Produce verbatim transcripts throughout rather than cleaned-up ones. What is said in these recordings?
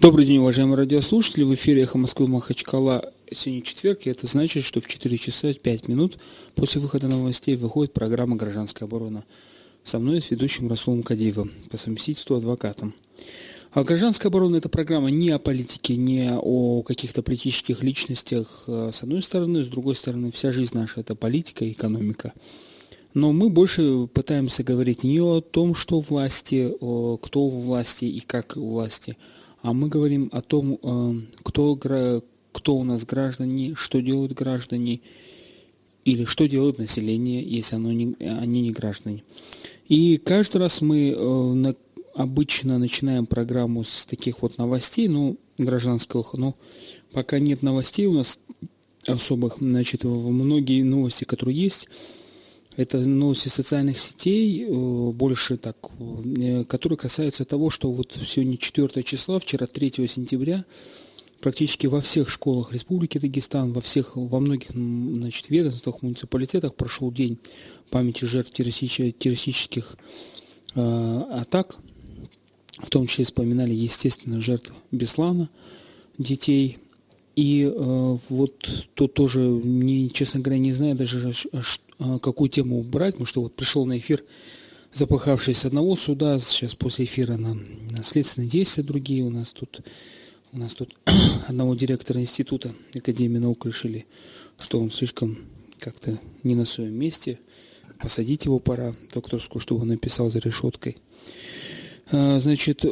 Добрый день, уважаемые радиослушатели. В эфире «Эхо Москвы» Махачкала. Сегодня четверг, и это значит, что в четыре часа пять минут после выхода новостей выходит программа «Гражданская оборона». Со мной, с ведущим Расулом Кадиевым, по совместительству адвокатом. А «Гражданская оборона» – это программа не о политике, не о каких-то политических личностях, с одной стороны. С другой стороны, вся жизнь наша – это политика и экономика. Но мы больше пытаемся говорить не о том, что власти, кто у власти и как у власти, а мы говорим о том, кто, кто у нас граждане, что делают граждане, или что делает население, если оно не, они не граждане. И каждый раз мы обычно начинаем программу с таких вот новостей, ну, гражданских, но пока нет новостей у нас особых, значит, многие новости, которые есть, это новости социальных сетей, больше так, которые касаются того, что вот сегодня четвёртого числа, вчера третьего сентября, практически во всех школах Республики Дагестан, во всех, во многих, значит, ведомствах, муниципалитетах прошел день памяти жертв террористических э, атак. В том числе вспоминали, естественно, жертв Беслана, детей. И э, вот то тоже, не, честно говоря, не знаю даже, какую тему убрать, потому что вот пришел на эфир, запыхавшись с одного суда, сейчас после эфира на, на следственные действия другие. У нас тут, у нас тут одного директора института Академии наук решили, что он слишком как-то не на своем месте, посадить его пора, докторскую, чтобы он написал за решеткой. А, значит,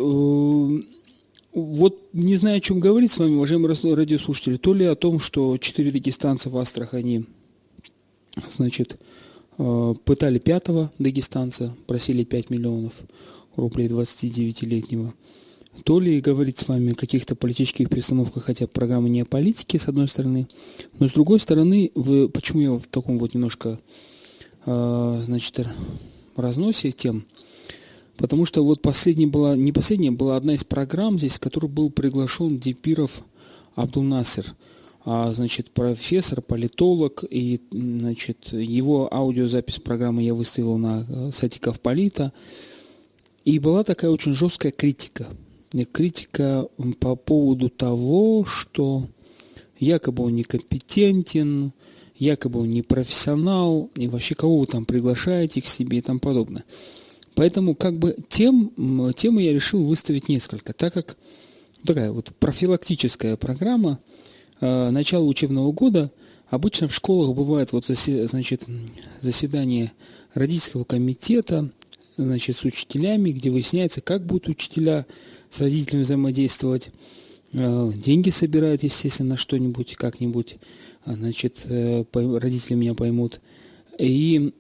вот не знаю, о чем говорить с вами, уважаемые радиослушатели, то ли о том, что четыре дагестанца в Астрахани, значит, пытали пятого дагестанца, просили пять миллионов рублей двадцатидевятилетнего, то ли говорить с вами о каких-то политических перестановках, хотя программа не о политике, с одной стороны, но с другой стороны, вы, почему я в таком вот немножко, значит, разносе тем, потому что вот последняя была, не последняя, была одна из программ здесь, в которой был приглашен Депиров Абдулнасер, а, значит, профессор, политолог, и, значит, его аудиозапись программы я выставил на сайте Ковполита, и была такая очень жесткая критика. Критика по поводу того, что якобы он некомпетентен, якобы он не профессионал, и вообще кого вы там приглашаете к себе и тому подобное. Поэтому как бы тем, темы я решил выставить несколько, так как такая вот профилактическая программа э, начала учебного года. Обычно в школах бывает вот заси, значит, заседание родительского комитета, значит, с учителями, где выясняется, как будут учителя с родителями взаимодействовать. Э, деньги собирают, естественно, на что-нибудь, как-нибудь, значит, э, родители меня поймут. И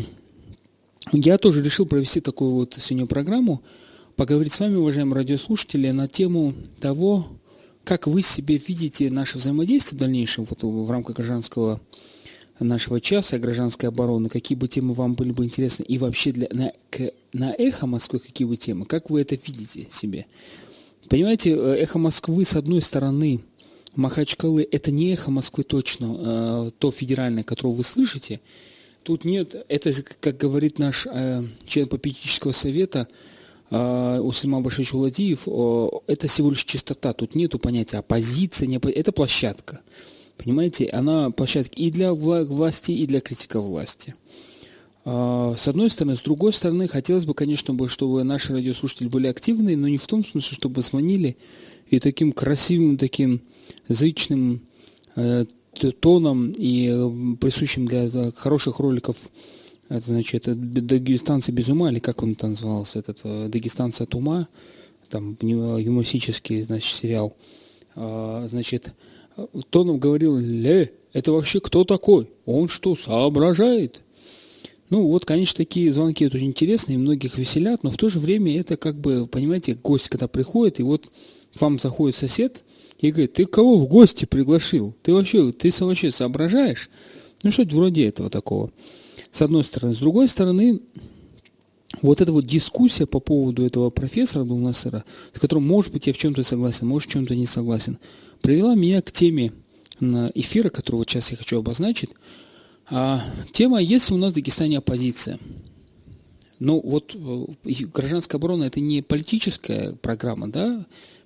я тоже решил провести такую вот сегодня программу, поговорить с вами, уважаемые радиослушатели, на тему того, как вы себе видите наше взаимодействие в дальнейшем вот в рамках гражданского нашего часа, гражданской обороны, какие бы темы вам были бы интересны, и вообще для, на, к, на «Эхо Москвы» какие бы темы, как вы это видите себе. Понимаете, «Эхо Москвы» с одной стороны, Махачкалы – это не «Эхо Москвы» точно, э, то федеральное, которое вы слышите. Тут нет, это, как говорит наш э, член попечительского совета э, Усельман Башевич Уладиев, э, это всего лишь чистота. Тут нету понятия оппозиция, не оппозиция. Это площадка. Понимаете, она площадка и для вла- власти, и для критиков власти. Э, с одной стороны. С другой стороны, хотелось бы, конечно, чтобы наши радиослушатели были активны, но не в том смысле, чтобы звонили и таким красивым, таким зычным э, тоном и присущим для хороших роликов, это, значит, «Дагестанцы без ума», или как он там назывался, этот «Дагестанцы от ума», там юмористический, значит, сериал, значит, тоном говорил: «Ле, это вообще кто такой? Он что, соображает?» Ну, вот, конечно, такие звонки очень интересные, многих веселят, но в то же время это как бы, понимаете, гость, когда приходит, и вот к вам заходит сосед и говорит: «Ты кого в гости пригласил? Ты вообще, ты вообще соображаешь?» Ну, что-то вроде этого такого. С одной стороны. С другой стороны, вот эта вот дискуссия по поводу этого профессора Абдулнасера, с которым, может быть, я в чем-то согласен, может, в чем-то не согласен, привела меня к теме эфира, которую вот сейчас я хочу обозначить. А, тема: «Если у нас в Дагестане оппозиция?» Ну, вот гражданская оборона – это не политическая программа, да?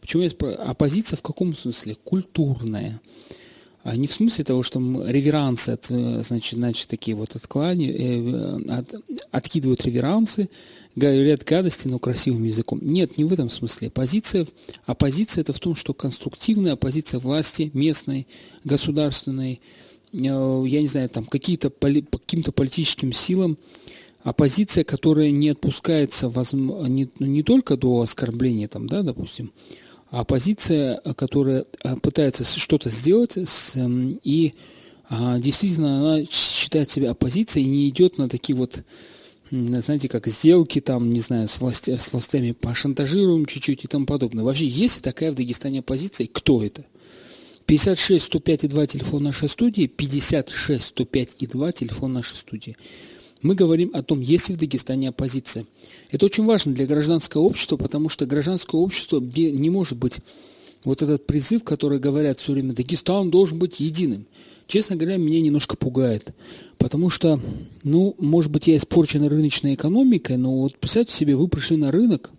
Почему я спрашиваю? Оппозиция в каком смысле? Культурная. А не в смысле того, что реверансы, от, значит, значит, такие вот отклани, от, откидывают реверансы, говорят гадости, но красивым языком. Нет, не в этом смысле. Позиция, оппозиция это в том, что конструктивная оппозиция власти местной, государственной, я не знаю, там какие-то, каким-то политическим силам, оппозиция, которая не отпускается не, не только до оскорбления, там, да, допустим, а оппозиция, которая пытается что-то сделать с, и а, действительно она считает себя оппозицией и не идет на такие вот, знаете, как сделки, там, не знаю, с, власти, с властями пошантажируем чуть-чуть и тому подобное. Вообще, есть ли такая в Дагестане оппозиция? Кто это? пятьдесят шесть сто пять и два телефон нашей студии, пятьдесят шесть сто пять и два телефон нашей студии. Мы говорим о том, есть ли в Дагестане оппозиция. Это очень важно для гражданского общества, потому что гражданское общество не может быть вот этот призыв, который говорят все время, Дагестан должен быть единым. Честно говоря, меня немножко пугает, потому что, ну, может быть, я испорчен рыночной экономикой, но вот представьте себе, вы пришли на рынок,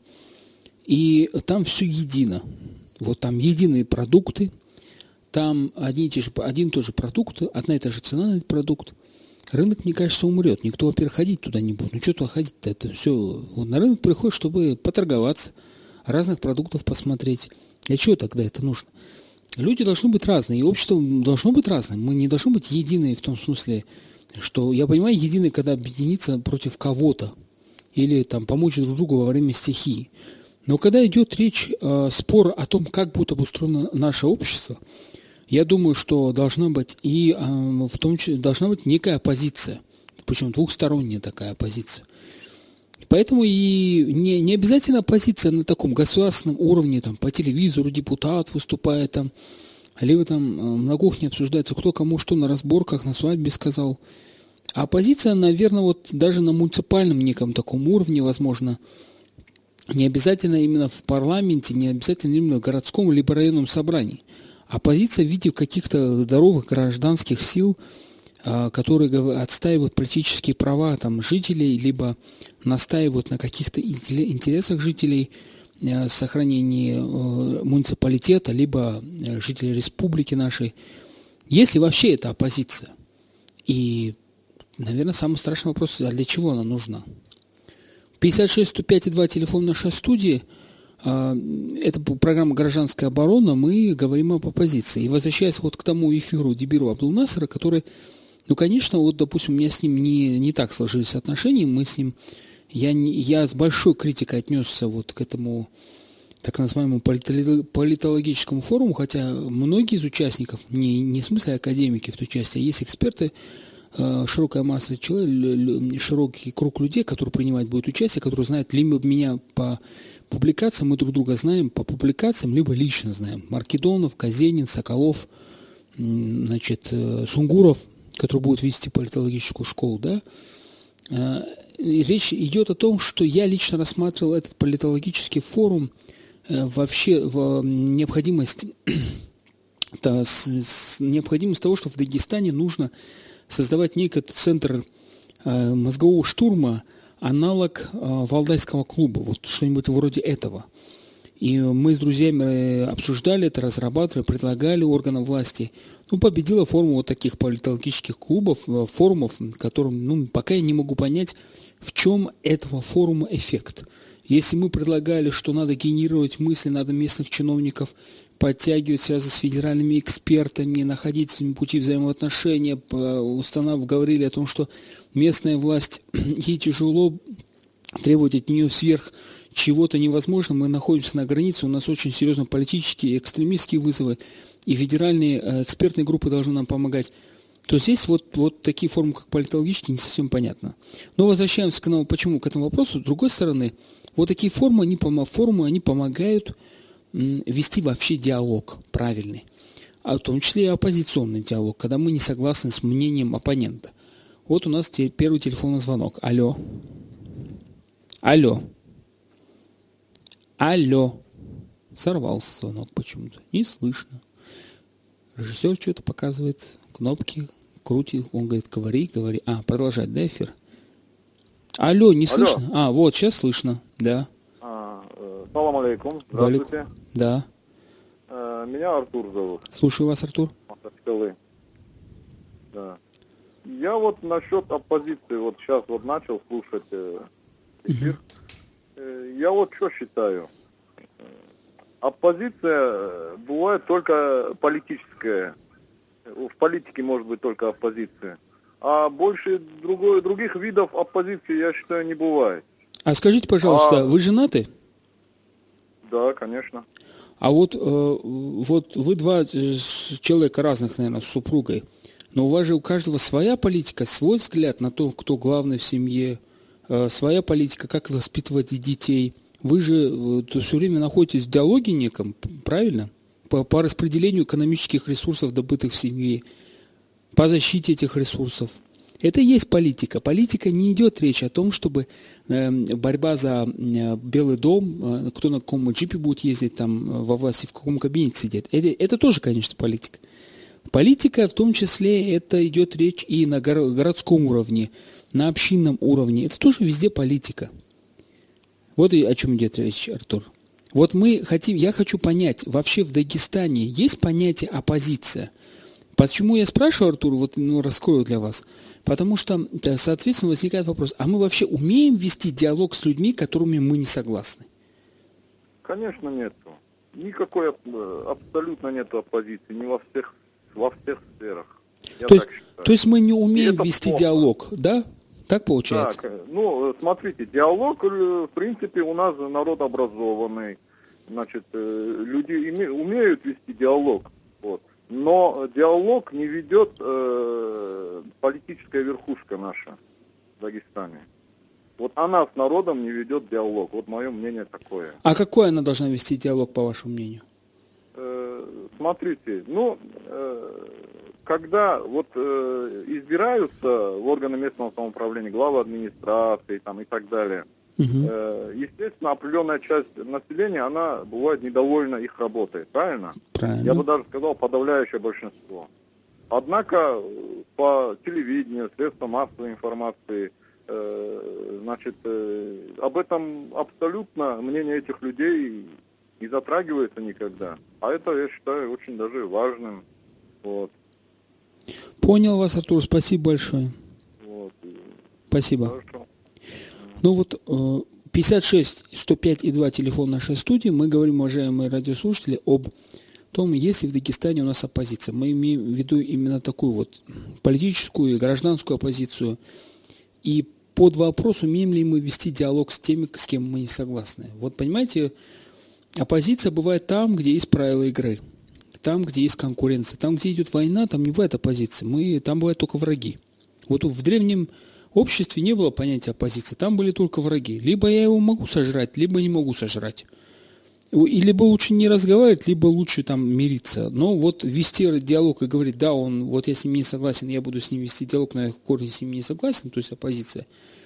и там все едино. Вот там единые продукты, там одни и те же, один и тот же продукт, одна и та же цена на этот продукт. Рынок, мне кажется, умрет. Никто, во-первых, ходить туда не будет. Ну, что туда ходить-то? Это все. Вот на рынок приходит, чтобы поторговаться, разных продуктов посмотреть. Для чего тогда это нужно? Люди должны быть разные, и общество должно быть разным. Мы не должны быть единые в том смысле, что, я понимаю, единые, когда объединиться против кого-то или там помочь друг другу во время стихии. Но когда идет речь, э, спор о том, как будет обустроено наше общество, я думаю, что должна быть и э, в том числе должна быть некая оппозиция, причем двухсторонняя такая оппозиция. Поэтому и не, не обязательно оппозиция на таком государственном уровне, там по телевизору депутат выступает, там, либо там на кухне обсуждается, кто кому что на разборках, на свадьбе сказал. А оппозиция, наверное, вот даже на муниципальном неком таком уровне, возможно, не обязательно именно в парламенте, не обязательно именно в городском либо районном собрании. Оппозиция в виде каких-то здоровых гражданских сил, которые отстаивают политические права там, жителей, либо настаивают на каких-то интересах жителей, сохранении муниципалитета, либо жителей республики нашей. Если вообще это оппозиция. И, наверное, самый страшный вопрос, а для чего она нужна? пятьдесят шесть сто пять и два телефон нашей студии. Это программа «Гражданская оборона», мы говорим об оппозиции. И возвращаясь вот к тому эфиру Дибиру Абдулнасера, который, ну, конечно, вот, допустим, у меня с ним не, не так сложились отношения, мы с ним, я, не, я с большой критикой отнесся вот к этому так называемому политологическому форуму, хотя многие из участников, не, не в смысле академики в той части, а есть эксперты, широкая масса человек, широкий круг людей, которые принимать будут участие, которые знают либо меня по публикациям, мы друг друга знаем по публикациям, либо лично знаем. Маркедонов, Казенин, Соколов, значит, Сунгуров, который будет вести политологическую школу, да. И речь идет о том, что я лично рассматривал этот политологический форум вообще в необходимость, да, с, с необходимость того, что в Дагестане нужно создавать некий центр э, мозгового штурма, аналог э, Валдайского клуба, вот что-нибудь вроде этого. И мы с друзьями обсуждали это, разрабатывали, предлагали органам власти. Ну, победила форма вот таких политологических клубов, форумов, которым, ну, пока я не могу понять, в чем этого форума эффект. Если мы предлагали, что надо генерировать мысли, надо местных чиновников подтягивать, связывать с федеральными экспертами, находить с ними пути взаимоотношения, установ, говорили о том, что местная власть, ей тяжело требовать от нее сверх чего-то невозможно, мы находимся на границе, у нас очень серьезные политические и экстремистские вызовы, и федеральные экспертные группы должны нам помогать, то здесь вот, вот такие формы, как политологические, не совсем понятно. Но возвращаемся к, нам, почему, к этому вопросу. С другой стороны, вот такие формы, они, формы, они помогают вести вообще диалог правильный, а в том числе и оппозиционный диалог, когда мы не согласны с мнением оппонента. Вот у нас первый телефонный звонок. Алло. Алло. Алло. Сорвался звонок почему-то. Не слышно. Режиссер что-то показывает, кнопки крутит. Он говорит, говори, говори. А, продолжать, да, эфир? Алло, не Алло. Слышно? А, вот, сейчас слышно, да. А, салам алейкум. Здравствуйте. Да. Меня Артур зовут. Слушаю вас, Артур. Да. Я вот насчет оппозиции, вот сейчас вот начал слушать э, эфир. Uh-huh. Э, я вот что считаю. Оппозиция бывает только политическая. В политике может быть только оппозиция. А больше другой, других видов оппозиции, я считаю, не бывает. А скажите, пожалуйста, а... вы женаты? Да, конечно. А вот, э, вот вы два человека разных, наверное, с супругой. Но у вас же у каждого своя политика, свой взгляд на то, кто главный в семье, э, своя политика, как воспитывать детей. Вы же э, все время находитесь в диалоге неком, правильно? По, по распределению экономических ресурсов, добытых в семье, по защите этих ресурсов. Это и есть политика. Политика не идет речь о том, чтобы э, борьба за э, Белый дом, э, кто на каком джипе будет ездить там э, во власти, в каком кабинете сидит. Это, это тоже, конечно, политика. Политика, в том числе, это идет речь и на горо- городском уровне, на общинном уровне. Это тоже везде политика. Вот и о чем идет речь, Артур. Вот мы хотим, я хочу понять, вообще в Дагестане есть понятие оппозиция? Почему я спрашиваю, Артур, вот ну, раскрою для вас? Потому что, соответственно, возникает вопрос, а мы вообще умеем вести диалог с людьми, которыми мы не согласны? Конечно, нету. Никакой абсолютно нету оппозиции, не во всех, во всех сферах. То есть, то есть мы не умеем вести плохо. Диалог, да? Так получается? Так, ну, смотрите, диалог, в принципе, у нас народ образованный, значит, люди име, умеют вести диалог, вот. Но диалог не ведет э, политическая верхушка наша в Дагестане. Вот она с народом не ведет диалог. Вот мое мнение такое. А какой она должна вести диалог, по вашему мнению? Э, смотрите, ну, э, когда вот э, избираются в органы местного самоуправления главы администрации там, и так далее, угу. э, естественно, определенная часть населения, она бывает недовольна их работой, правильно? Правильно. Я бы даже сказал, подавляющее большинство. Однако по телевидению, средствам массовой информации, э, значит, э, об этом абсолютно мнение этих людей не затрагивается никогда. А это, я считаю, очень даже важным. Вот. Понял вас, Артур, спасибо большое. Вот. Спасибо. Хорошо. Ну вот, пятьдесят шесть сто пять и два телефон нашей студии. Мы говорим, уважаемые радиослушатели, об том, есть ли в Дагестане у нас оппозиция. Мы имеем в виду именно такую вот политическую и гражданскую оппозицию. И под вопрос, умеем ли мы вести диалог с теми, с кем мы не согласны. Вот понимаете, оппозиция бывает там, где есть правила игры. Там, где есть конкуренция. Там, где идет война, там не бывает оппозиции. Мы, там бывают только враги. Вот в древнем обществе не было понятия оппозиции. Там были только враги. Либо я его могу сожрать, либо не могу сожрать. И либо лучше не разговаривать, либо лучше там мириться. Но вот вести диалог и говорить, да, он, вот я с ним не согласен, я буду с ним вести диалог, но я в корне с ним не согласен, то есть оппозиция.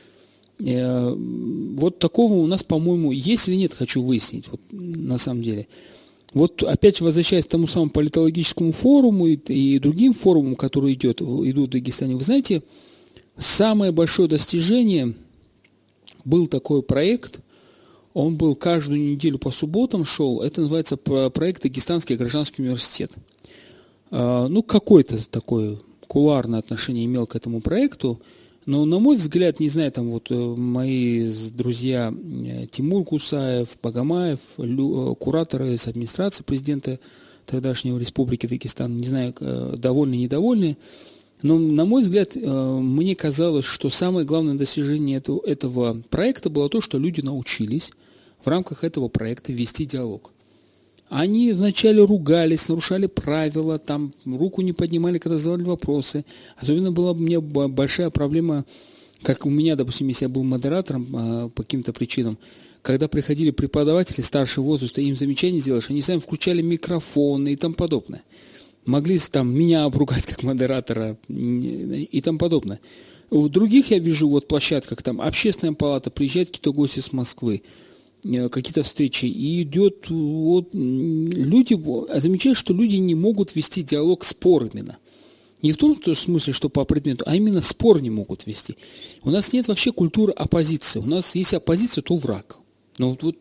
Вот такого у нас, по-моему, есть или нет, хочу выяснить, вот, на самом деле. Вот опять возвращаясь к тому самому политологическому форуму и, и другим форумам, которые идет, идут в Дагестане, вы знаете, самое большое достижение был такой проект, он был каждую неделю по субботам шел, это называется проект Дагестанский гражданский университет. Ну, какое-то такое кулуарное отношение имел к этому проекту, но, на мой взгляд, не знаю, там вот мои друзья Тимур Кусаев, Багамаев, лю, кураторы с администрации президента тогдашнего Республики Дагестан, не знаю, довольны, недовольны, но, на мой взгляд, мне казалось, что самое главное достижение этого, этого проекта было то, что люди научились в рамках этого проекта вести диалог. Они вначале ругались, нарушали правила, там руку не поднимали, когда задавали вопросы. Особенно была у меня большая проблема, как у меня, допустим, если я был модератором э, по каким-то причинам, когда приходили преподаватели старшего возраста, им замечания делаешь, они сами включали микрофоны и тому подобное. Могли там меня обругать как модератора и тому подобное. В других я вижу вот площадках, там общественная палата, приезжают какие-то гости с Москвы, какие-то встречи, и идет вот, люди, замечают, что люди не могут вести диалог, спор именно. Не в том смысле, что по предмету, а именно спор не могут вести. У нас нет вообще культуры оппозиции. У нас есть оппозиция, то враг. Но вот, вот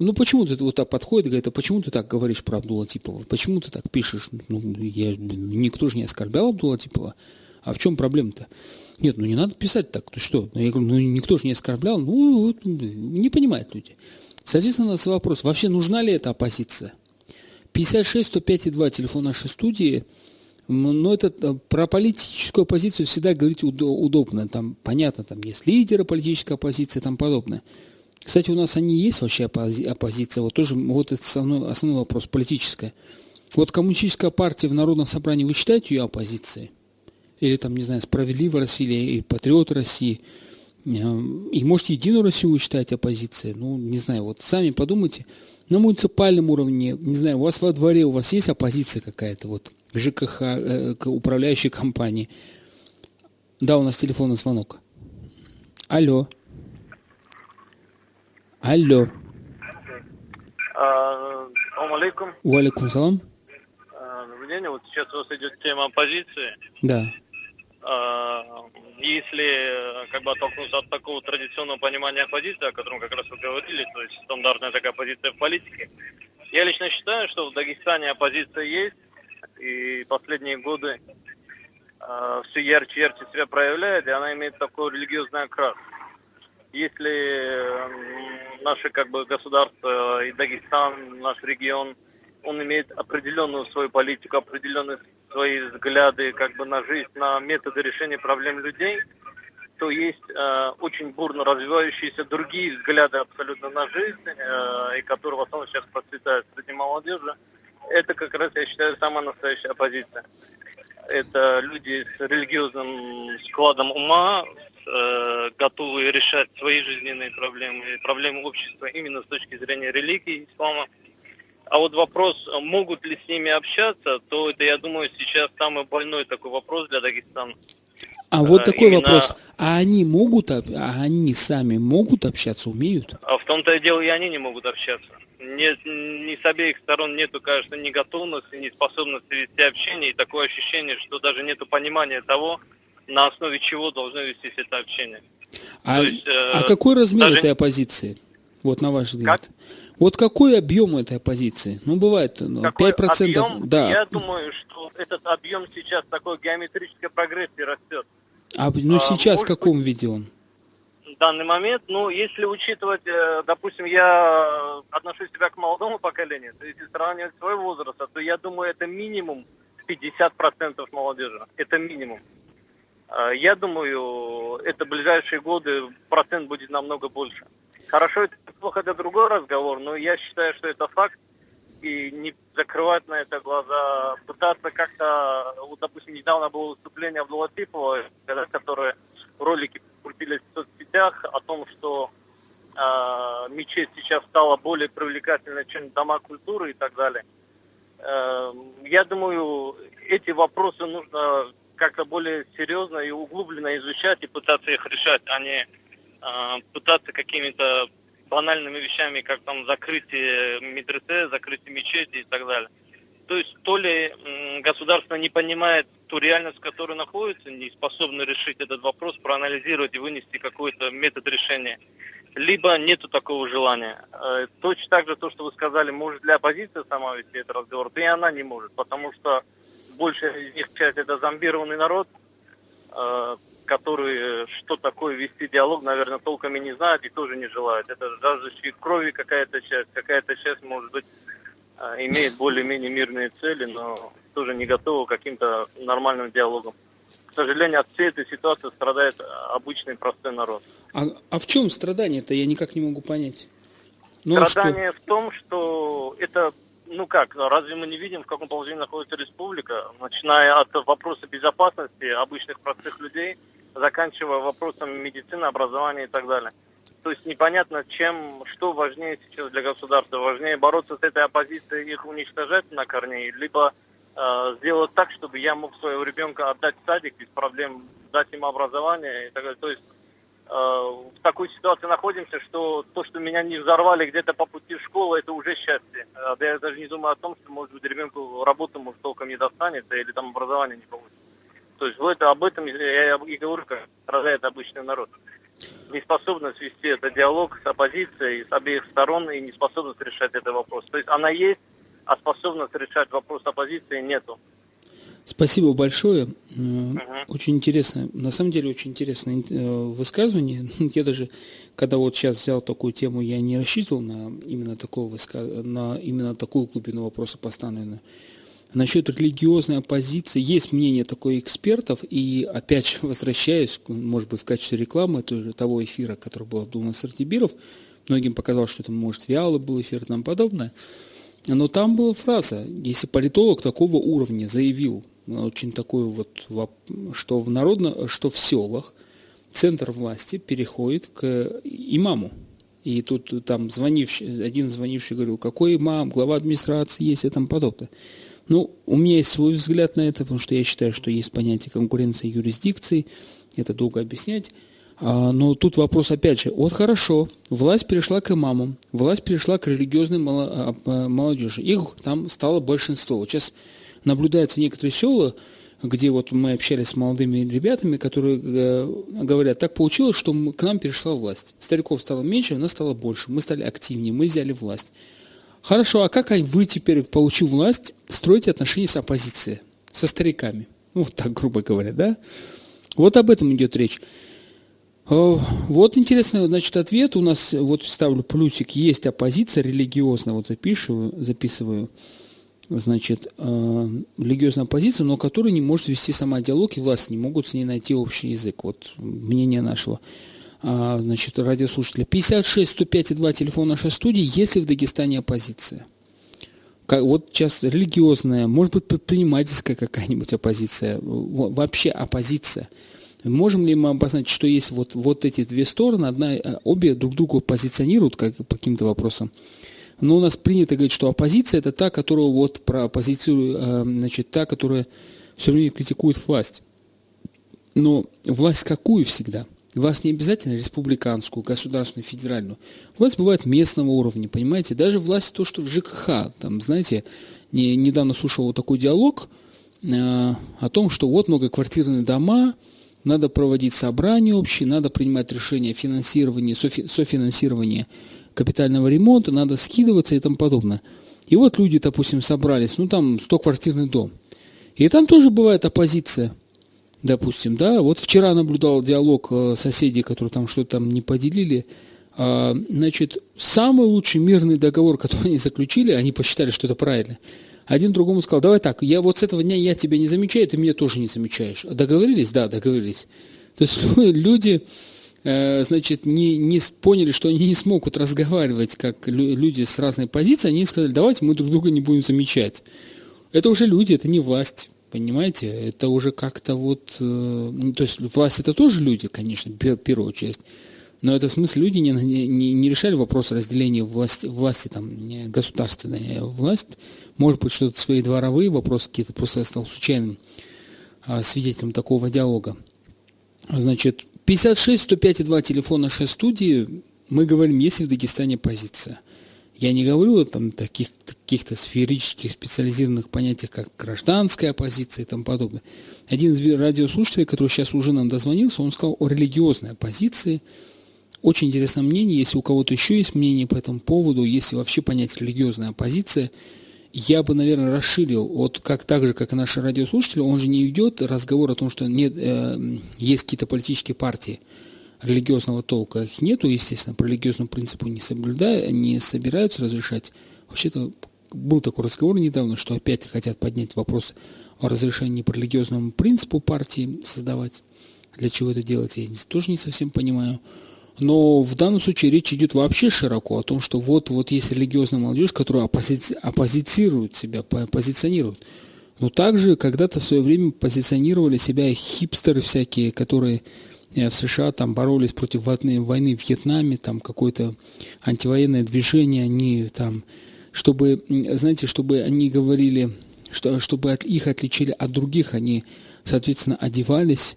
Ну, почему ты вот так подходит и говорит, а почему ты так говоришь про Абдулатипова? Почему ты так пишешь? Ну, я, никто же не оскорблял Абдулатипова. А в чем проблема-то? Нет, ну не надо писать так. Ты что? Я говорю, ну никто же не оскорблял. Ну, вот, не понимают люди. Соответственно, у нас вопрос, вообще нужна ли эта оппозиция? пятьдесят шесть сто пять и два, телефон нашей студии. Но это про политическую оппозицию всегда говорить удобно. Там, понятно, там есть лидеры политической оппозиции и тому подобное. Кстати, у нас они есть вообще оппози- оппозиция? Вот тоже, вот это основной, основной вопрос, политическая. Вот коммунистическая партия в Народном собрании, вы считаете ее оппозицией? Или там, не знаю, Справедливая Россия, или Патриот России? И, может, Единую Россию вы считаете оппозицией? Ну, не знаю, вот сами подумайте. На муниципальном уровне, не знаю, у вас во дворе, у вас есть оппозиция какая-то, вот, ЖКХ, э, управляющей компании? Да, у нас телефонный звонок. Алло. Алло. Салам алейкум. Уалейкум салам. Добрый день. Вот сейчас у вас идет тема оппозиции. Да. Если как бы оттолкнуться от такого традиционного понимания оппозиции, о котором как раз вы говорили, то есть стандартная такая позиция в политике, я лично считаю, что в Дагестане оппозиция есть, и последние годы э, все ярче и ярче себя проявляет, и она имеет такой религиозный окрас. Если наше как бы государство и Дагестан, наш регион, он имеет определенную свою политику, определенные свои взгляды как бы на жизнь, на методы решения проблем людей, то есть э, очень бурно развивающиеся другие взгляды абсолютно на жизнь, э, и которые в основном сейчас процветают среди молодежи. Это как раз, я считаю, самая настоящая оппозиция. Это люди с религиозным складом ума, э, готовые решать свои жизненные проблемы, проблемы общества именно с точки зрения религии, ислама. А вот вопрос, могут ли с ними общаться, то это, я думаю, сейчас самый больной такой вопрос для Дагестана. А вот такой Именно... вопрос. А они могут, а они сами могут общаться, умеют? А в том-то и дело, и они не могут общаться. Нет, ни с обеих сторон нету, кажется, ни готовности, ни способности вести общение, и такое ощущение, что даже нету понимания того, на основе чего должно вестись это общение. А, есть, э, а какой размер даже... этой оппозиции? Вот на ваш взгляд. Как? Вот какой объем этой оппозиции? Ну, бывает, ну, пять процентов. Объем? Да. Я думаю, что этот объем сейчас такой геометрической прогрессии растет. А, ну, сейчас а, в каком быть, виде он? В данный момент, ну, если учитывать, допустим, я отношусь себя к молодому поколению, то если сравнивать свой возраст, то я думаю, это минимум пятьдесят процентов молодежи. Это минимум. Я думаю, это в ближайшие годы процент будет намного больше. Хорошо, это плохо, это другой разговор, но я считаю, что это факт, и не закрывать на это глаза, пытаться как-то, вот, допустим, недавно было выступление Абдулатипова, которое ролики крутились в соцсетях о том, что э, мечеть сейчас стала более привлекательной, чем дома культуры и так далее. Э, я думаю, эти вопросы нужно как-то более серьезно и углубленно изучать и пытаться их решать, а не пытаться какими-то банальными вещами, как там закрытие медресе, закрытие мечети и так далее. То есть то ли государство не понимает ту реальность, в которой находится, не способно решить этот вопрос, проанализировать и вынести какой-то метод решения, либо нету такого желания. Точно так же то, что вы сказали, может ли оппозиция сама вести этот разговор, да и она не может, потому что большая из них часть это зомбированный народ, которые что такое вести диалог, наверное, толком и не знают и тоже не желают. Это жаждущие крови какая-то часть, какая-то часть, может быть, имеет более-менее мирные цели, но тоже не готова к каким-то нормальным диалогам. К сожалению, от всей этой ситуации страдает обычный простой народ. А, а в чем страдание-то, я никак не могу понять. Ну, Страдание что? в том, что это, ну как, разве мы не видим, в каком положении находится республика, начиная от вопроса безопасности обычных простых людей, заканчивая вопросами медицины, образования и так далее. То есть непонятно, чем, что важнее сейчас для государства. Важнее бороться с этой оппозицией, их уничтожать на корню, либо э, сделать так, чтобы я мог своего ребенка отдать в садик без проблем, дать ему образование и так далее. То есть э, в такой ситуации находимся, что то, что меня не взорвали где-то по пути в школу, это уже счастье. А я даже не думаю о том, что, может быть, ребенку работу, может, толком не достанется или там образование не получится. То есть в это, об этом я и говорю, как страдает обычный народ. неспособность вести этот диалог с оппозицией с обеих сторон и неспособность решать этот вопрос. То есть она есть, а способность решать вопрос оппозиции нету. Спасибо большое. Uh-huh. Очень интересно, на самом деле очень интересное высказывание. Я даже, когда вот сейчас взял такую тему, я не рассчитывал на именно такого высказ... на именно такую глубину вопроса поставленную. Насчет религиозной оппозиции есть мнение такое экспертов, и опять же возвращаюсь, может быть, в качестве рекламы того эфира, который был Абдулнасыр Тибиров. Многим показалось, что это, может, вялый был эфир и тому подобное. Но там была фраза, если политолог такого уровня заявил, очень такой вот, что в народно, что в селах центр власти переходит к имаму. И тут там звонивший, один звонивший говорил, какой имам, глава администрации есть и тому подобное. Ну, у меня есть свой взгляд на это, потому что я считаю, что есть понятие конкуренции юрисдикции, это долго объяснять. Но тут вопрос опять же, вот хорошо, власть перешла к имамам, власть перешла к религиозной молодежи, их там стало большинство. Вот сейчас наблюдаются некоторые села, где вот мы общались с молодыми ребятами, которые говорят, так получилось, что мы, к нам перешла власть. Стариков стало меньше, нас стало больше, мы стали активнее, мы взяли власть. Хорошо, а как вы теперь, получив власть, строите отношения с оппозицией, со стариками? Ну, вот так грубо говоря, да? Вот об этом идет речь. Вот интересный, значит, ответ. У нас, вот ставлю плюсик, есть оппозиция религиозная, вот записываю, записываю, значит, религиозная оппозиция, но которая не может вести сама диалог, и власти не могут с ней найти общий язык. Вот мнение нашего, значит, радиослушателя. пятьдесят шесть сто пять и два, телефон нашей студии, если в Дагестане оппозиция. Как, вот сейчас религиозная, может быть, предпринимательская какая-нибудь оппозиция, вообще оппозиция. Можем ли мы обозначить, что есть вот, вот эти две стороны, одна, обе друг друга позиционируют как, по каким-то вопросам? Но у нас принято говорить, что оппозиция – это та, которая вот про оппозицию, значит, та, которая все время критикует власть. Но власть какую всегда? Власть не обязательно республиканскую, государственную, федеральную. Власть бывает местного уровня, понимаете? Даже власть то, что в ЖКХ. Там, знаете, не, недавно слушал вот такой диалог э, о том, что вот многоквартирные дома, надо проводить собрания общие, надо принимать решения о финансировании, софи, софинансировании капитального ремонта, надо скидываться и тому подобное. И вот люди, допустим, собрались, ну там стоквартирный дом. И там тоже бывает оппозиция. Допустим, да, вот вчера наблюдал диалог соседей, которые там что-то там не поделили. Значит, самый лучший мирный договор, который они заключили, они посчитали, что это правильно. Один другому сказал, давай так, я вот с этого дня я тебя не замечаю, ты меня тоже не замечаешь. Договорились? Да, договорились. То есть люди, значит, не, не поняли, что они не смогут разговаривать, как люди с разной позиции, они сказали, давайте мы друг друга не будем замечать. Это уже люди, это не власть. Понимаете, это уже как-то вот, э, то есть власть это тоже люди, конечно, пер, первую очередь, но это в смысле люди не, не, не решали вопрос разделения власти, власти там, государственной власть, может быть, что-то свои дворовые вопросы какие-то, просто я стал случайным э, свидетелем такого диалога. Значит, пятьдесят шесть сто пять и два, телефон нашей студии, мы говорим, если в Дагестане позиция. Я не говорю о там, таких, каких-то сферических, специализированных понятиях, как гражданская оппозиция и тому подобное. Один из радиослушателей, который сейчас уже нам дозвонился, он сказал о религиозной оппозиции. Очень интересное мнение. Если у кого-то еще есть мнение по этому поводу, если вообще понять религиозная оппозиция, я бы, наверное, расширил, вот как, так же, как и наши радиослушатели, он же не ведет разговор о том, что нет, э, есть какие-то политические партии религиозного толка, их нету, естественно, по религиозному принципу не соблюдая, не собираются разрешать. Вообще-то был такой разговор недавно, что опять хотят поднять вопрос о разрешении по религиозному принципу партии создавать. Для чего это делать, я тоже не совсем понимаю. Но в данном случае речь идет вообще широко о том, что вот, вот есть религиозная молодежь, которая оппози- оппозицирует себя, позиционирует. Но также когда-то в свое время позиционировали себя хипстеры всякие, которые в США там боролись против войны, войны в Вьетнаме, там какое-то антивоенное движение, они там, чтобы, знаете, чтобы они говорили, что, чтобы от, их отличили от других, они, соответственно, одевались,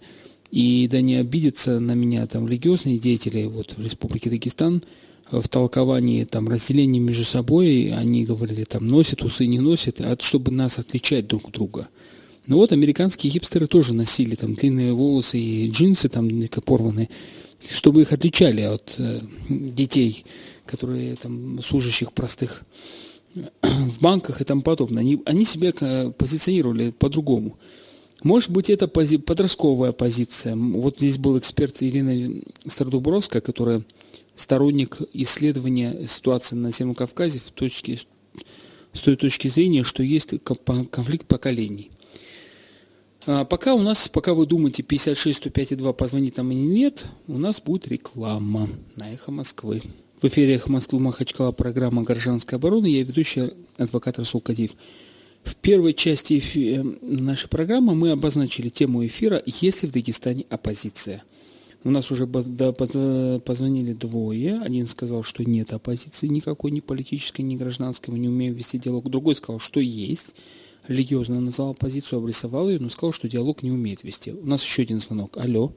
и да не обидятся на меня там религиозные деятели вот в Республике Дагестан, в толковании там разделения между собой, они говорили, там носят усы, не носят, а чтобы нас отличать друг от друга. Ну вот американские хипстеры тоже носили там длинные волосы и джинсы там порванные. чтобы их отличали от э, детей, которые там служащих простых в банках и тому подобное. Они, они себя позиционировали по-другому. Может быть, это пози- подростковая позиция. Вот здесь был эксперт Ирина Стародубровская, которая сторонник исследования ситуации на Северном Кавказе в точке, с той точки зрения, что есть конфликт поколений. А пока у нас, пока вы думаете, пятьдесят шесть сто пять два позвонить нам или нет, у нас будет реклама на Эхо Москвы. В эфире Эхо Москвы Махачкала, программа «Гражданская оборона». Я ведущий адвокат Расул Кадиев. В первой части эфи... нашей программы мы обозначили тему эфира «Есть ли в Дагестане оппозиция?». У нас уже позвонили двое. Один сказал, что нет оппозиции никакой, ни политической, ни гражданской, мы не умеем вести диалог. Другой сказал, что есть. Религиозно назвал оппозицию, обрисовал ее, но сказал, что диалог не умеет вести. У нас еще один звонок. Алло.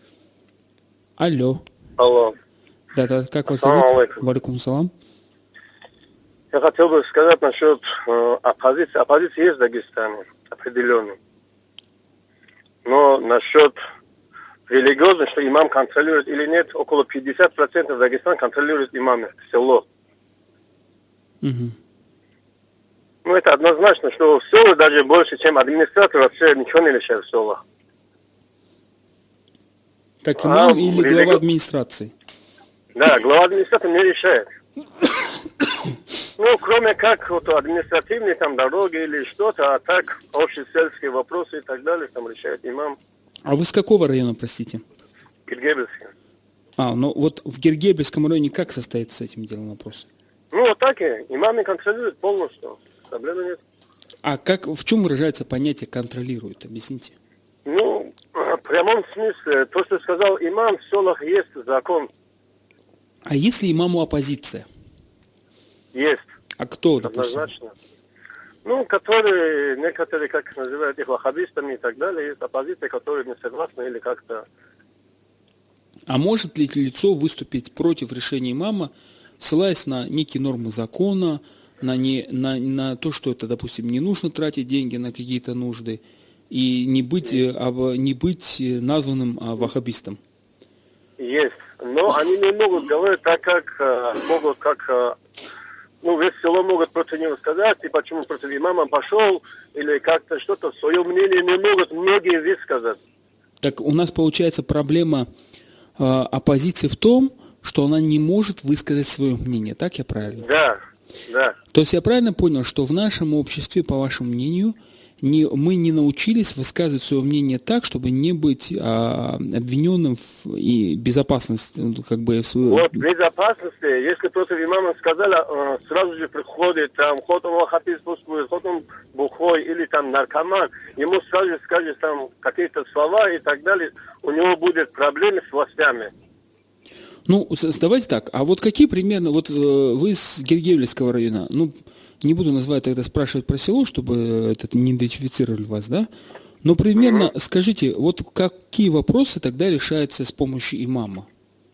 Алло. Алло. Да-да, как вас зовут? Валикум салам. Я хотел бы сказать насчет э, оппозиции. Оппозиция есть в Дагестане, определенно. Но насчет религиозной, что имам контролирует или нет, около пятьдесят процентов Дагестана контролирует имамы, село. Угу. Ну, это однозначно, что в селе даже больше, чем администратор, вообще ничего не решает в селах. Так имам а, или религи... глава администрации? Да, глава администрации не решает. Ну, кроме как вот, административные там дороги или что-то, а так общесельские вопросы и так далее там решает имам. А вы с какого района, простите? Гергебельский. А, ну вот в Гергебельском районе как состоит с этим делом вопрос? Ну, вот так и. Имам контролирует полностью. Проблемы нет. А как, в чем выражается понятие «контролирует»? Объясните. Ну, в прямом смысле, то, что сказал имам, в селах есть закон. А если имаму оппозиция? Есть. А кто, допустим? Однозначно. Ну, которые, некоторые, как называют их, ваххабистами и так далее, есть оппозиция, которые не согласны или как-то... А может ли лицо выступить против решения имама, ссылаясь на некие нормы закона, на, не, на, на то, что это, допустим, не нужно тратить деньги на какие-то нужды, и не быть, не быть названным ваххабистом? Есть. Но они не могут говорить так, как могут, как... Ну, весь село могут против него сказать, и почему против имама пошел, или как-то что-то, свое мнение не могут многие высказать. Так у нас получается проблема э, оппозиции в том, что она не может высказать свое мнение, так я правильно? Да, да. То есть я правильно понял, что в нашем обществе, по вашему мнению, не, мы не научились высказывать свое мнение так, чтобы не быть а, обвиненным в и безопасности, как бы в свою... Вот, безопасности, если против имама сказали, сразу же приходит, там, ход он ваххабист, ход он бухой или там наркоман, ему сразу же скажет там какие-то слова и так далее, у него будет проблемы с властями. Ну, давайте так, а вот какие примерно, вот вы с Гергебельского района, ну, не буду называть тогда, спрашивать про село, чтобы это не идентифицировали вас, да? Но примерно, mm-hmm. скажите, вот какие вопросы тогда решаются с помощью имама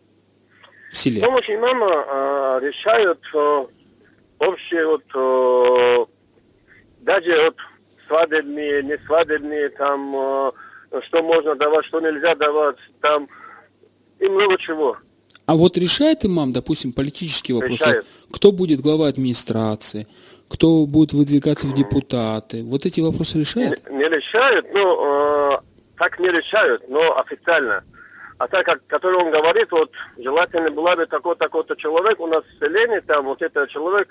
в селе? С помощью имама э, решают э, общие, вот, э, даже вот свадебные, не свадебные, там, э, что можно давать, что нельзя давать, там, и много чего. А вот решает имам, допустим, политические вопросы? Решает. Кто будет глава администрации? Кто будет выдвигаться в депутаты? Вот эти вопросы решают? Не, не решают, ну, э, так не решают, но официально. А так, как, который он говорит, вот, желательно было бы такой-такой-то человек, у нас в селении, там, вот этот человек,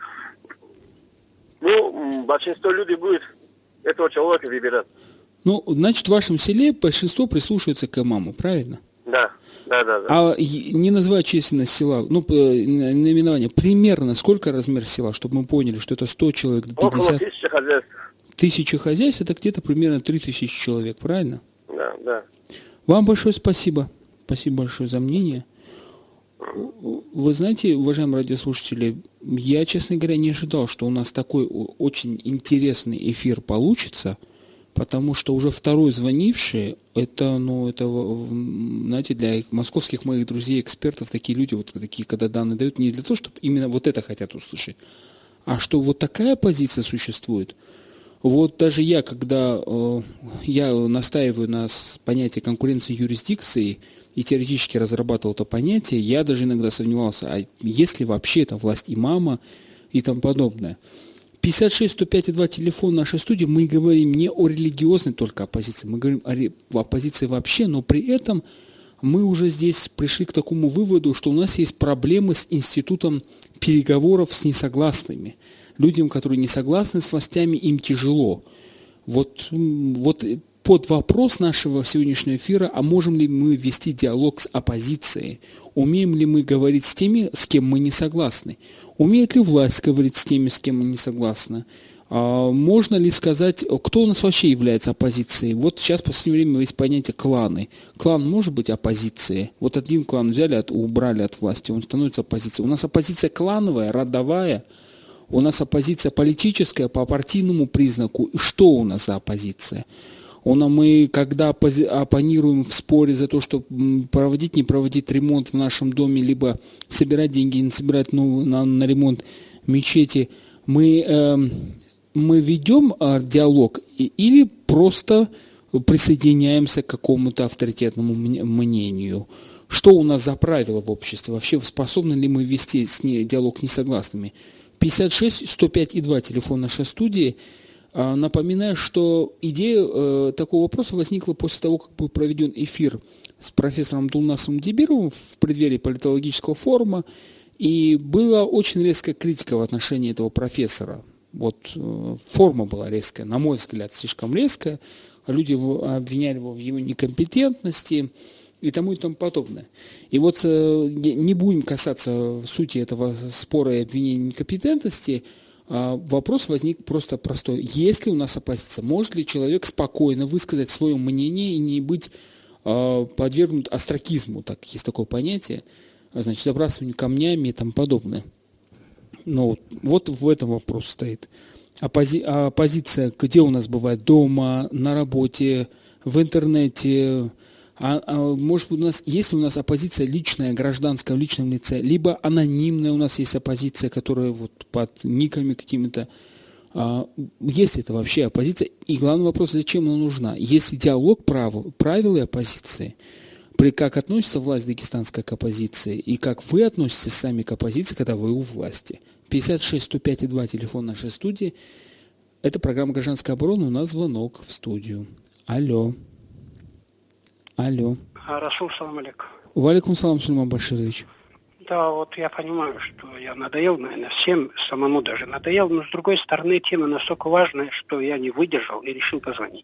ну, большинство людей будет этого человека выбирать. Ну, значит, в вашем селе большинство прислушивается к имаму, правильно? Да. Да, да, да. А не называть численность села, ну, наименование, примерно сколько размер села, чтобы мы поняли, что это сто человек, пятьдесят? Около тысячи хозяйств. Тысячи хозяйств, это где-то примерно три тысячи человек, правильно? Да, да. Вам большое спасибо. Спасибо большое за мнение. Вы знаете, уважаемые радиослушатели, я, честно говоря, не ожидал, что у нас такой очень интересный эфир получится, потому что уже второй звонивший, это, ну, это, знаете, для московских моих друзей, экспертов, такие люди, вот такие, когда данные дают, не для того, чтобы именно вот это хотят услышать, а что вот такая позиция существует. Вот даже я, когда э, я настаиваю на понятии конкуренции юрисдикции и теоретически разрабатывал это понятие, я даже иногда сомневался, а есть ли вообще это власть имама и тому подобное. пятьдесят шесть сто пять и два телефон нашей студии, мы говорим не о религиозной только оппозиции, мы говорим о оппозиции вообще, но при этом мы уже здесь пришли к такому выводу, что у нас есть проблемы с институтом переговоров с несогласными. Людям, которые не согласны с властями, им тяжело. Вот, вот под вопрос нашего сегодняшнего эфира, а можем ли мы вести диалог с оппозицией? Умеем ли мы говорить с теми, с кем мы не согласны? Умеет ли власть говорить с теми, с кем мы не согласны? А можно ли сказать, кто у нас вообще является оппозицией? Вот сейчас в последнее время есть понятие кланы. Клан может быть оппозицией. Вот один клан взяли, убрали от власти, он становится оппозицией. У нас оппозиция клановая, родовая. У нас оппозиция политическая по партийному признаку. И что у нас за оппозиция? У нас мы, когда оппонируем в споре за то, что проводить, не проводить ремонт в нашем доме, либо собирать деньги, не собирать новые, на, на ремонт мечети, мы, э, мы ведем э, диалог или просто присоединяемся к какому-то авторитетному мнению? Что у нас за правила в обществе? Вообще способны ли мы вести с ней диалог несогласными? пятьдесят шесть сто пять и два телефон нашей студии. Напоминаю, что идея э, такого вопроса возникла после того, как был проведен эфир с профессором Дулнасом Дибировым в преддверии политологического форума, и была очень резкая критика в отношении этого профессора. Вот э, форма была резкая, на мой взгляд, слишком резкая. Люди его, обвиняли его в его некомпетентности и тому и тому подобное. И вот э, не будем касаться сути этого спора и обвинения некомпетентности. А вопрос возник просто простой. Есть ли у нас оппозиция? Может ли человек спокойно высказать свое мнение и не быть э, подвергнут остракизму? Так, есть такое понятие. Значит, забрасыванию камнями и тому подобное. Но вот в этом вопрос стоит. Оппози- оппозиция где у нас бывает? Дома, на работе, в интернете. А, а может быть, у нас есть ли у нас оппозиция личная, гражданская, в личном лице, либо анонимная у нас есть оппозиция, которая вот под никами какими-то. А, есть ли это вообще оппозиция? И главный вопрос, зачем она нужна? Есть ли диалог правил, правил и оппозиции? При, как относится власть дагестанская к оппозиции? И как вы относитесь сами к оппозиции, когда вы у власти? пятьдесят шесть сто пять и два телефон нашей студии. Это программа «Гражданская оборона». У нас звонок в студию. Алло. Алло. Расул, салам алейкум. Валикум салам, Сулейман Баширович. Да, вот я понимаю, что я надоел, наверное, всем, самому даже надоел, но с другой стороны тема настолько важная, что я не выдержал и решил позвонить.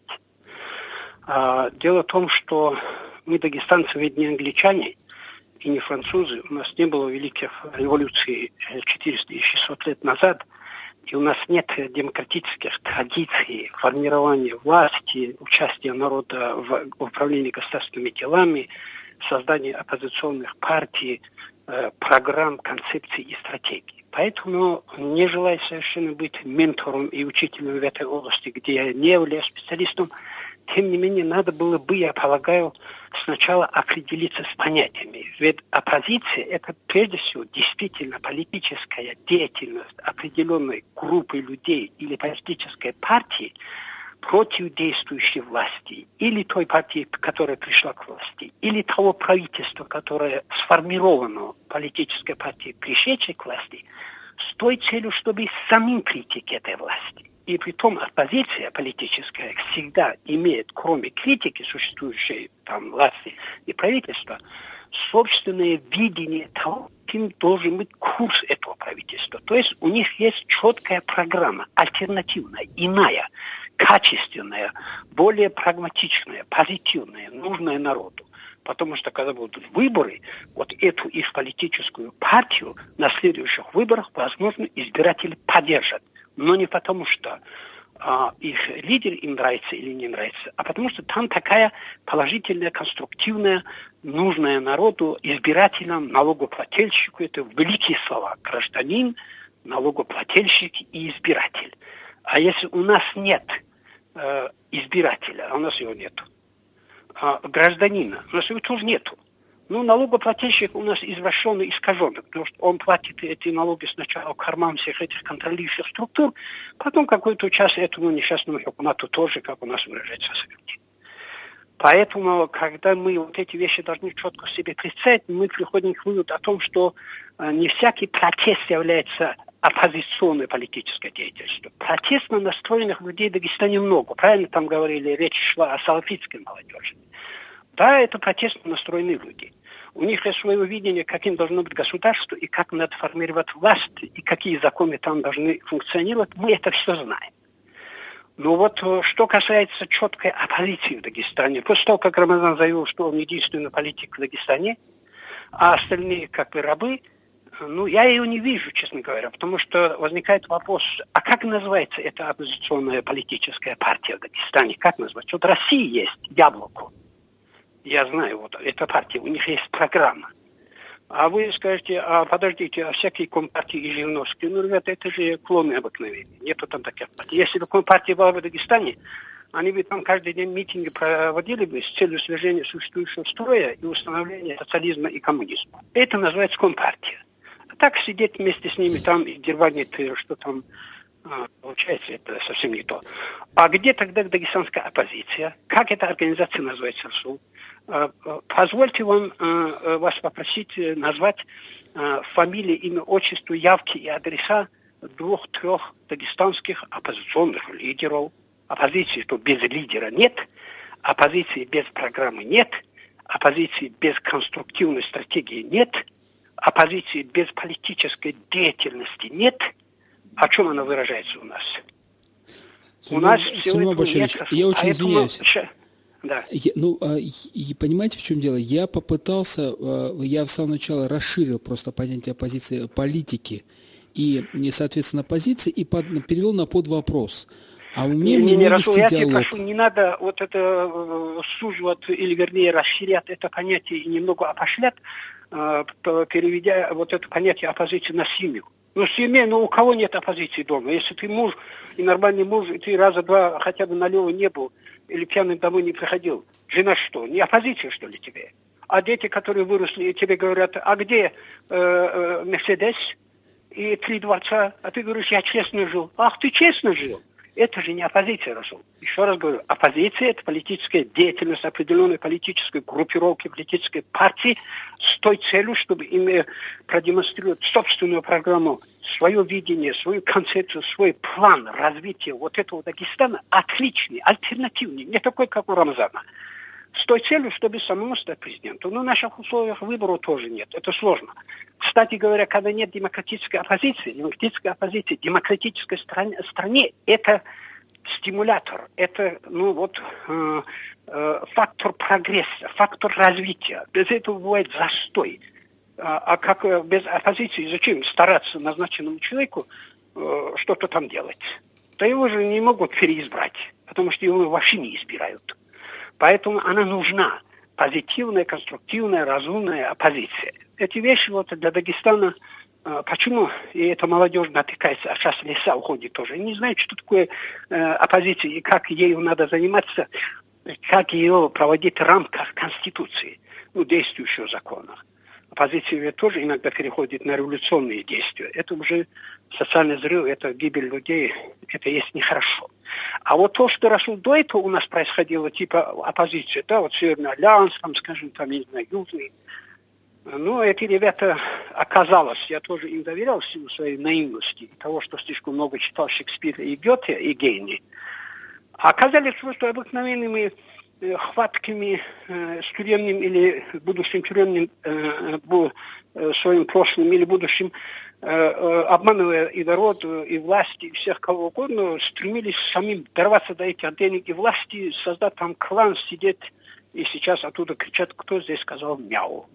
А, дело в том, что мы, дагестанцы, ведь не англичане и не французы. У нас не было великих революций четыреста и шестьсот лет назад, и у нас нет демократических традиций формирования власти, участия народа в управлении государственными делами, создания оппозиционных партий, программ, концепций и стратегий. Поэтому, не желая совершенно быть ментором и учителем в этой области, где я не являюсь специалистом, тем не менее, надо было бы, я полагаю, сначала определиться с понятиями. Ведь оппозиция – это прежде всего действительно политическая деятельность определенной группы людей или политической партии против действующей власти, или той партии, которая пришла к власти, или того правительства, которое сформировано политической партией, пришедшей к власти, с той целью, чтобы самим прийти к этой власти. И притом оппозиция политическая всегда имеет, кроме критики существующей там власти и правительства, собственное видение того, каким должен быть курс этого правительства. То есть у них есть четкая программа, альтернативная, иная, качественная, более прагматичная, позитивная, нужная народу. Потому что когда будут выборы, вот эту их политическую партию на следующих выборах, возможно, избиратели поддержат. Но не потому, что а, их лидер им нравится или не нравится, а потому что там такая положительная, конструктивная, нужная народу, избирателям, налогоплательщику, это великие слова, гражданин, налогоплательщик и избиратель. А если у нас нет э, избирателя, а у нас его нету, а, гражданина, у нас его тоже нету. Ну, налогоплательщик у нас извращенный, искаженный, потому что он платит эти налоги сначала в карман всех этих контролирующих структур, потом какую-то часть этому несчастному хукумату тоже, как у нас выражается, совершить. Поэтому, когда мы вот эти вещи должны четко себе представить, мы приходим к выводу о том, что не всякий протест является оппозиционной политической деятельностью. Протестно настроенных людей в Дагестане много. Правильно там говорили, речь шла о салафитской молодежи. Да, это протестно настроенные люди. У них есть свое видение, каким должно быть государство, и как надо формировать власть, и какие законы там должны функционировать. Мы это все знаем. Но вот что касается четкой оппозиции в Дагестане, после того, как Рамазан заявил, что он единственный политик в Дагестане, а остальные как бы рабы, ну, я ее не вижу, честно говоря, потому что возникает вопрос, а как называется эта оппозиционная политическая партия в Дагестане? Как называется? Вот в России есть Яблоко. Я знаю, вот эта партия, у них есть программа. А вы скажете, а подождите, а всякие компартии и Жириновские, ну, ребята, это же клоны обыкновенные, нету там таких партий. Если бы компартия была в Дагестане, они бы там каждый день митинги проводили бы с целью свержения существующего строя и установления социализма и коммунизма. Это называется компартия. А так сидеть вместе с ними там и дербанить, что там а, получается, это совсем не то. А где тогда дагестанская оппозиция? Как эта организация называется, Расул? Позвольте вам, вас попросить назвать фамилии, имя, отчество, явки и адреса двух-трех дагестанских оппозиционных лидеров. Оппозиции, то без лидера нет, оппозиции без программы нет, оппозиции без конструктивной стратегии нет, оппозиции без политической деятельности нет. О чем она выражается у нас? Сулейман, у нас всего этого нет. Я очень извиняюсь. Да. Я, ну, и понимаете, в чем дело? Я попытался, я с самого начала расширил просто понятие оппозиции политики и, соответственно, позиции и под, перевел на подвопрос. А у меня не, не, не Расул, я тебя прошу, не надо вот это суживать, или вернее расширять это понятие и немного опошлять, переведя вот это понятие оппозиции на семью. Ну, в семье, ну, у кого нет оппозиции дома? Если ты муж и нормальный муж, и ты раза два хотя бы налево не был, или пьяным домой не приходил, жена что, не оппозиция, что ли, тебе? А дети, которые выросли, и тебе говорят, а где э, Мерседес и три дворца? А ты говоришь, я честно жил. Ах, ты честно жил? Это же не оппозиция, Расул. Еще раз говорю, оппозиция – это политическая деятельность определенной политической группировки, политической партии с той целью, чтобы им продемонстрировать собственную программу, свое видение, свою концепцию, свой план развития вот этого Дагестана отличный, альтернативный, не такой, как у Рамзана. С той целью, чтобы самому стать президентом. Но в наших условиях выбора тоже нет. Это сложно. Кстати говоря, когда нет демократической оппозиции, демократическая оппозиция в демократической стране, стране это стимулятор, это ну, вот, э, э, фактор прогресса, фактор развития. Без этого бывает застой. А, а как э, без оппозиции, зачем стараться назначенному человеку э, что-то там делать? Да его же не могут переизбрать, потому что его вообще не избирают. Поэтому она нужна. Позитивная, конструктивная, разумная оппозиция. Эти вещи вот для Дагестана, э, почему и эта молодежь натыкается, а сейчас леса уходит тоже, не знают, что такое э, оппозиция и как ею надо заниматься, как ее проводить в рамках Конституции, ну, действующего закона. Оппозиция тоже иногда переходит на революционные действия. Это уже социальный взрыв, это гибель людей, это есть нехорошо. А вот то, что Расул до этого у нас происходило, типа оппозиция, да, вот Северный Альянс, там, скажем, там, я не знаю, Южный, ну, эти ребята, оказалось, я тоже им доверял в силу своей наивности, того, что слишком много читал Шекспира и Гёте, и Гейне, оказались просто обыкновенными э, хваткими э, с тюремным или будущим тюремным э, э, своим прошлым или будущим, э, э, обманывая и народ, и власти, и всех кого угодно, стремились самим дорваться до этих денег и власти, создать там клан, сидеть, и сейчас оттуда кричат, кто здесь сказал мяу.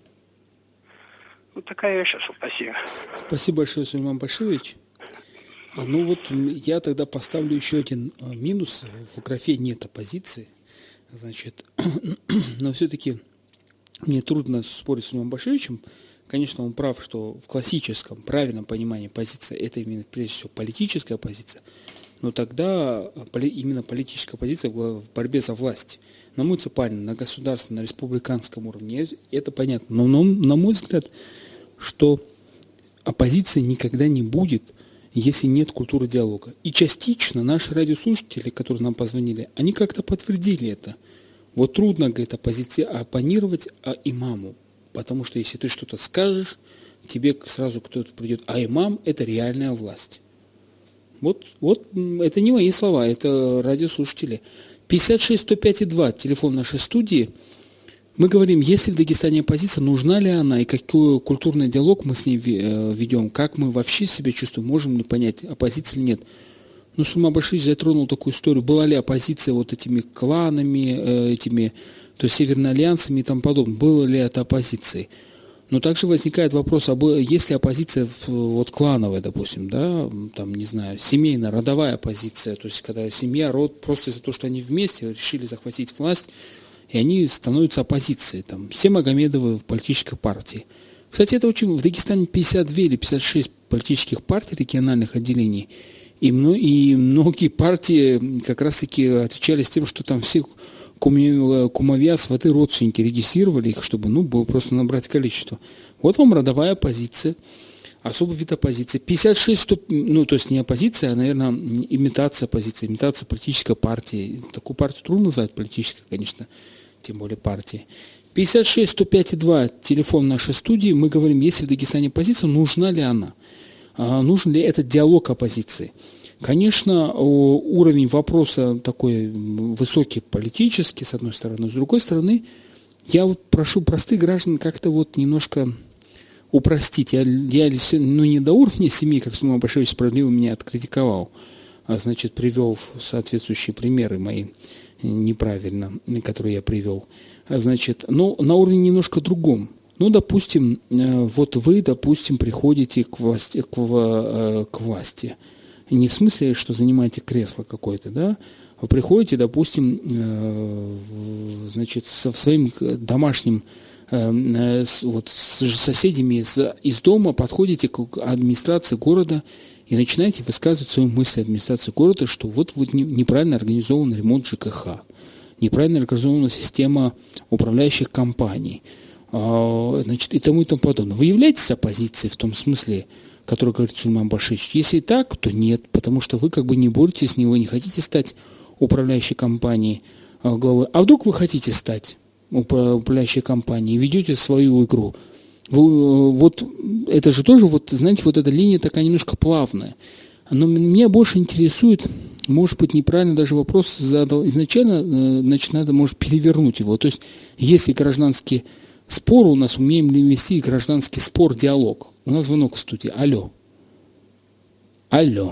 Вот такая вещь, спасибо. Спасибо большое, Сулейман Баширович. Ну вот я тогда поставлю еще один минус. В графе нет оппозиции. Значит, но все-таки мне трудно спорить с Сулейманом Башировичем. Конечно, он прав, что в классическом, правильном понимании позиция это именно прежде всего политическая позиция. Но тогда именно политическая позиция в борьбе за власть. На муниципальном, на государственном, на республиканском уровне это понятно. Но, но на мой взгляд, что оппозиции никогда не будет, если нет культуры диалога. И частично наши радиослушатели, которые нам позвонили, они как-то подтвердили это. Вот трудно, говорит, оппозиции оппонировать а имаму, потому что если ты что-то скажешь, тебе сразу кто-то придет, а имам – это реальная власть. Вот, вот это не мои слова, это радиослушатели. пятьдесят шесть сто пять и два, телефон нашей студии. Мы говорим, если в Дагестане оппозиция, нужна ли она, и какой культурный диалог мы с ней ведем, как мы вообще себя чувствуем, можем ли понять, оппозиция или нет. Ну, Сулейман Баширович затронул такую историю, была ли оппозиция вот этими кланами, этими, то есть Северными альянсами и тому подобное, было ли это оппозицией. Но также возникает вопрос, а есть ли оппозиция вот клановая, допустим, да, там, не знаю, семейная, родовая оппозиция, то есть когда семья, род, просто из-за того, что они вместе решили захватить власть, и они становятся оппозицией, там, все Магомедовы в политической партии. Кстати, это очень, в Дагестане пятьдесят две или пятьдесят шесть политических партий, региональных отделений, и, и многие партии как раз-таки отличались тем, что там все кумовья, сваты, родственники регистрировали их, чтобы, ну, было просто набрать количество. Вот вам родовая оппозиция, особый вид оппозиции. пятьдесят шесть, сто, ну, то есть не оппозиция, а, наверное, имитация оппозиции, имитация политической партии. Такую партию трудно назвать политической, конечно, тем более партии. пятьдесят шесть сто пять и два, телефон нашей студии. Мы говорим, если в Дагестане оппозиция, нужна ли она? А, нужен ли этот диалог оппозиции? Конечно, уровень вопроса такой высокий политический, с одной стороны. С другой стороны, я вот прошу простых граждан как-то вот немножко упростить. Я, я ну, не до уровня семьи, как Сулейман Баширович справедливо меня откритиковал, а, значит, привел соответствующие примеры мои неправильно, которые я привел. А, значит, но на уровне немножко другом. Ну, допустим, вот вы, допустим, приходите к власти, к, к власти. Не в смысле, что занимаете кресло какое-то, да? Вы приходите, допустим, значит, со своим домашним, вот, с соседями из дома, подходите к администрации города и начинаете высказывать свои мысли администрации города, что вот, вот неправильно организован ремонт ЖКХ, неправильно организована система управляющих компаний, значит, и тому и тому подобное. Вы являетесь оппозицией в том смысле, который говорит Сулейман Баширович? Если так, то нет, потому что вы как бы не боретесь с него, не хотите стать управляющей компанией главой. А вдруг вы хотите стать управляющей компанией и ведете свою игру? Вы, вот это же тоже, вот, знаете, вот эта линия такая немножко плавная. Но меня больше интересует, может быть, неправильно даже вопрос задал изначально, значит, надо, может, перевернуть его. То есть, если гражданский спор у нас, умеем ли вести гражданский спор, диалог? У нас звонок в студии. Алло. Алло.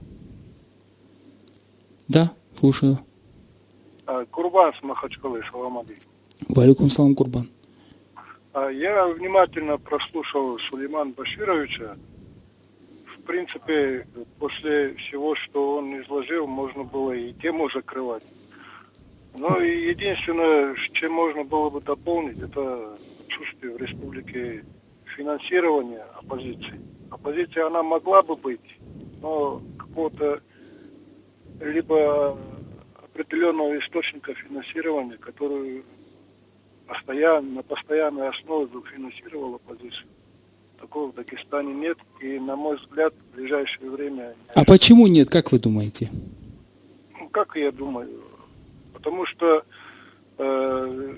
Да, слушаю. Курбан с Махачкалы, салам алейкум. Валикум салам, Курбан. Я внимательно прослушал Сулеймана Башировича. В принципе, после всего, что он изложил, можно было и тему закрывать. Но единственное, чем можно было бы дополнить, это отсутствие в республике финансирования оппозиции. Оппозиция, она могла бы быть, но какого-то либо определенного источника финансирования, который постоянно, на постоянной основе финансировал оппозицию. Такого в Дагестане нет, и, на мой взгляд, в ближайшее время... А почему нет, как вы думаете? Ну, как я думаю? Потому что э,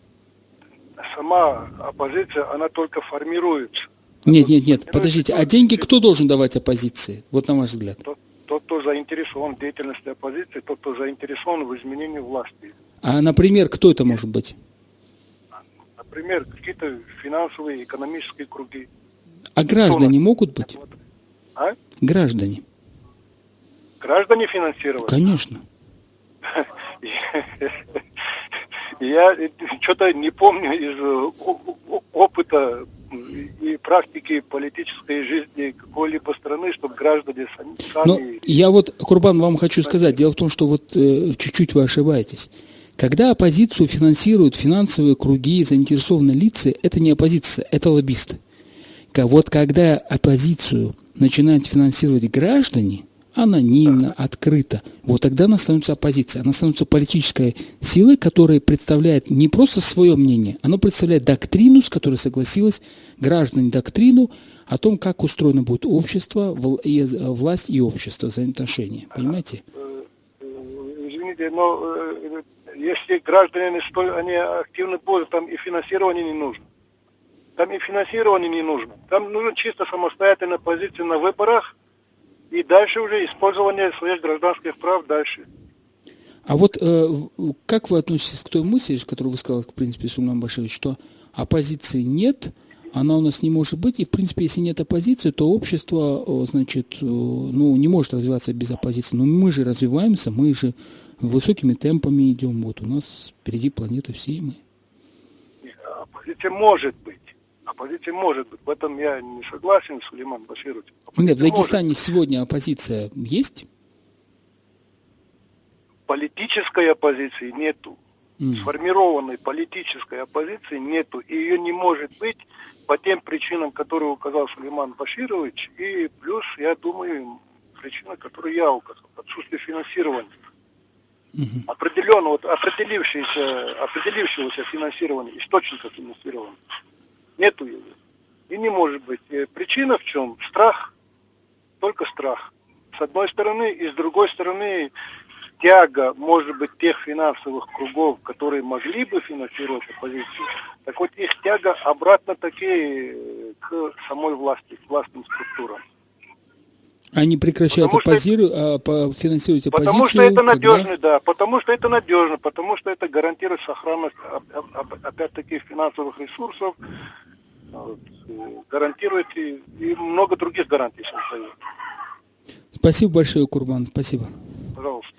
сама оппозиция, она только формируется. Нет, нет, нет, подождите, а деньги кто должен давать оппозиции? Вот на ваш взгляд. Тот, тот, кто заинтересован в деятельности оппозиции, тот, кто заинтересован в изменении власти. А, например, кто это может быть? Например, какие-то финансовые, экономические круги. А граждане могут быть? А? Граждане. Граждане финансировать? Конечно. Я что-то не помню из опыта и практики политической жизни какой-либо страны, чтобы граждане сами... Ну, я вот, Курбан, вам хочу сказать, дело в том, что вот э, чуть-чуть вы ошибаетесь. Когда оппозицию финансируют финансовые круги, заинтересованные лица, это не оппозиция, это лоббисты. Вот когда оппозицию начинают финансировать граждане, анонимно, открыто, вот тогда она становится оппозицией. Она становится политической силой, которая представляет не просто свое мнение, она представляет доктрину, с которой согласилась граждане, доктрину о том, как устроено будет общество, власть и общество, взаимоотношения. Понимаете? Извините, но если граждане столь, они активны будут, там и финансирование не нужно. Там и финансирование не нужно. Там нужна чисто самостоятельная позиция на выборах и дальше уже использование своих гражданских прав дальше. А вот э, как вы относитесь к той мысли, которую вы сказали, в принципе, Сулейман Баширович, что оппозиции нет, она у нас не может быть, и, в принципе, если нет оппозиции, то общество, значит, ну, не может развиваться без оппозиции. Но мы же развиваемся, мы же высокими темпами идем, вот у нас впереди планета всей мы. Оппозиция может быть. Оппозиция может быть. В этом я не согласен с Сулейманом Башировичем. Нет, в Дагестане сегодня оппозиция есть? Политической оппозиции нету. Mm. Сформированной политической оппозиции нету. И ее не может быть по тем причинам, которые указал Сулейман Баширович. И плюс, я думаю, причина, которую я указал. Отсутствие финансирования. Mm-hmm. Определенного, определившегося, определившегося финансирования, источника финансирования. Нету его. И не может быть. Причина в чем? Страх. Только страх. С одной стороны, и с другой стороны, тяга, может быть, тех финансовых кругов, которые могли бы финансировать оппозицию, так вот их тяга обратно-таки к самой власти, к властным структурам. Они прекращают оппозицию, а финансировать оппозицию? Потому что это надежно, когда... да, потому что это надежно, потому что это гарантирует сохранность, опять-таки, финансовых ресурсов, вот, гарантирует и, и много других гарантий создает. Спасибо большое, Курбан, спасибо. Пожалуйста.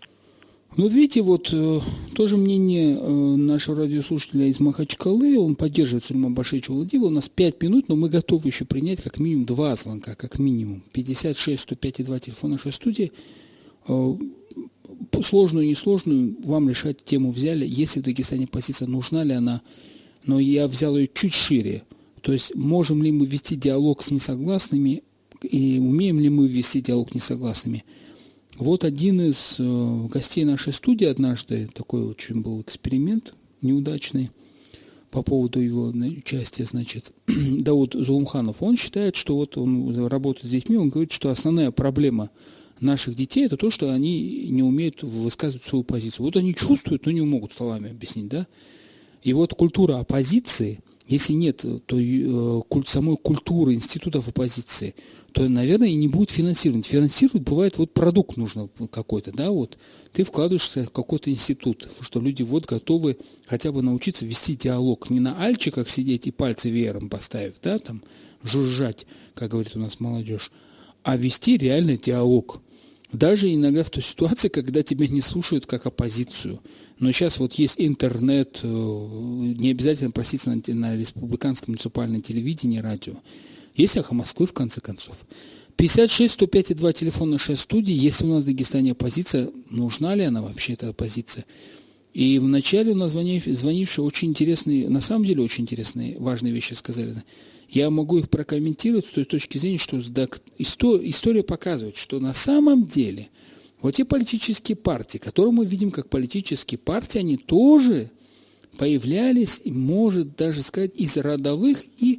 Ну, вот видите, вот э, тоже мнение э, нашего радиослушателя из Махачкалы, он поддерживает Сулеймана Башировича Владимира. У нас пять минут, но мы готовы еще принять как минимум два звонка, как минимум. пятьдесят шесть сто пять и два телефон нашей студии. Э, сложную, несложную, вам решать тему взяли. Если в Дагестане оппозиция, нужна ли она, но я взял ее чуть шире. То есть, можем ли мы вести диалог с несогласными, и умеем ли мы вести диалог с несогласными. Вот один из э, гостей нашей студии однажды, такой очень был эксперимент неудачный по поводу его участия, значит, Дауд Зулумханов, он считает, что вот он работает с детьми, он говорит, что основная проблема наших детей это то, что они не умеют высказывать свою позицию. Вот они чувствуют, но не могут словами объяснить, да. И вот культура оппозиции, если нет то, э, культ, самой культуры институтов оппозиции, то, наверное, и не будет финансирования. Финансировать бывает, вот продукт нужно какой-то, да, вот ты вкладываешься в какой-то институт, что люди вот готовы хотя бы научиться вести диалог, не на альчиках сидеть и пальцы веером поставив, да, там, жужжать, как говорит у нас молодежь, а вести реальный диалог. Даже иногда в той ситуации, когда тебя не слушают как оппозицию. Но сейчас вот есть интернет, не обязательно проситься на, на республиканском муниципальном телевидении, радио. Есть «Эхо Москвы», в конце концов. пятьдесят шесть сто пять и два телефон нашей студии. Если у нас в Дагестане оппозиция, нужна ли она вообще, эта оппозиция? И вначале у нас звонившие, звонившие очень интересные, на самом деле очень интересные, важные вещи сказали. Я могу их прокомментировать с той точки зрения, что история показывает, что на самом деле вот те политические партии, которые мы видим как политические партии, они тоже появлялись, и, может даже сказать, из родовых и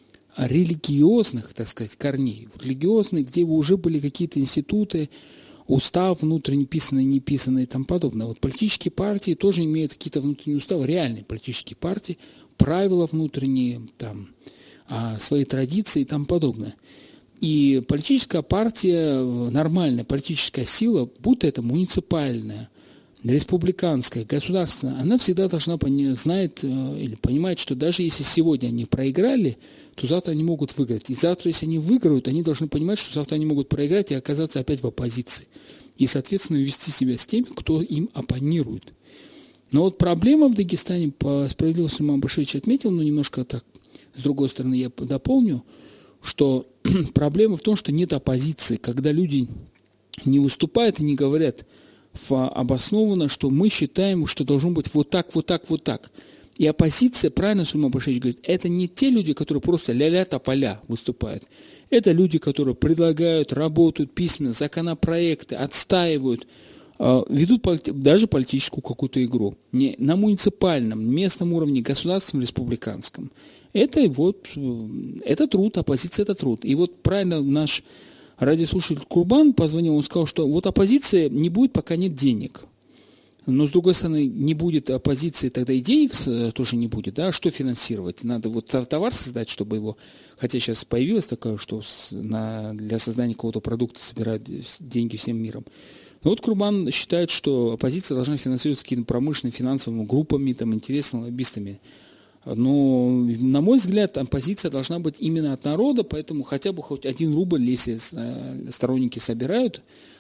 религиозных, так сказать, корней. Религиозных, где уже были какие-то институты, устав внутренне писанный, не писанный и тому подобное. Вот политические партии тоже имеют какие-то внутренние уставы, реальные политические партии, правила внутренние, там, свои традиции и тому подобное. И политическая партия, нормальная политическая сила, будь это муниципальная, республиканская, государственная, она всегда должна понять, знает или понимает, что даже если сегодня они проиграли, то завтра они могут выиграть. И завтра, если они выиграют, они должны понимать, что завтра они могут проиграть и оказаться опять в оппозиции. И, соответственно, вести себя с теми, кто им оппонирует. Но вот проблема в Дагестане, по справедливости Сулейман Баширович отметил, но немножко так, с другой стороны, я дополню, что проблема в том, что нет оппозиции, когда люди не выступают и не говорят обоснованно, что мы считаем, что должно быть вот так, вот так, вот так. И оппозиция, правильно Сулейман Баширович говорит, это не те люди, которые просто ля-ля тополя выступают. Это люди, которые предлагают, работают письменно, законопроекты, отстаивают, ведут даже политическую какую-то игру. Не на муниципальном, местном уровне, государственном, республиканском. Это вот, это труд, оппозиция это труд. И вот правильно наш радиослушатель Курбан позвонил, он сказал, что вот оппозиция не будет, пока нет денег. Но, с другой стороны, не будет оппозиции, тогда и денег тоже не будет. Да? Что финансировать? Надо вот товар создать, чтобы его... Хотя сейчас появилось такое, что на, для создания какого-то продукта собирают деньги всем миром. Но вот Курбан считает, что оппозиция должна финансироваться какими-то промышленными, финансовыми группами, там, интересными лоббистами. Но, на мой взгляд, оппозиция должна быть именно от народа, поэтому хотя бы хоть один рубль, если сторонники собирают,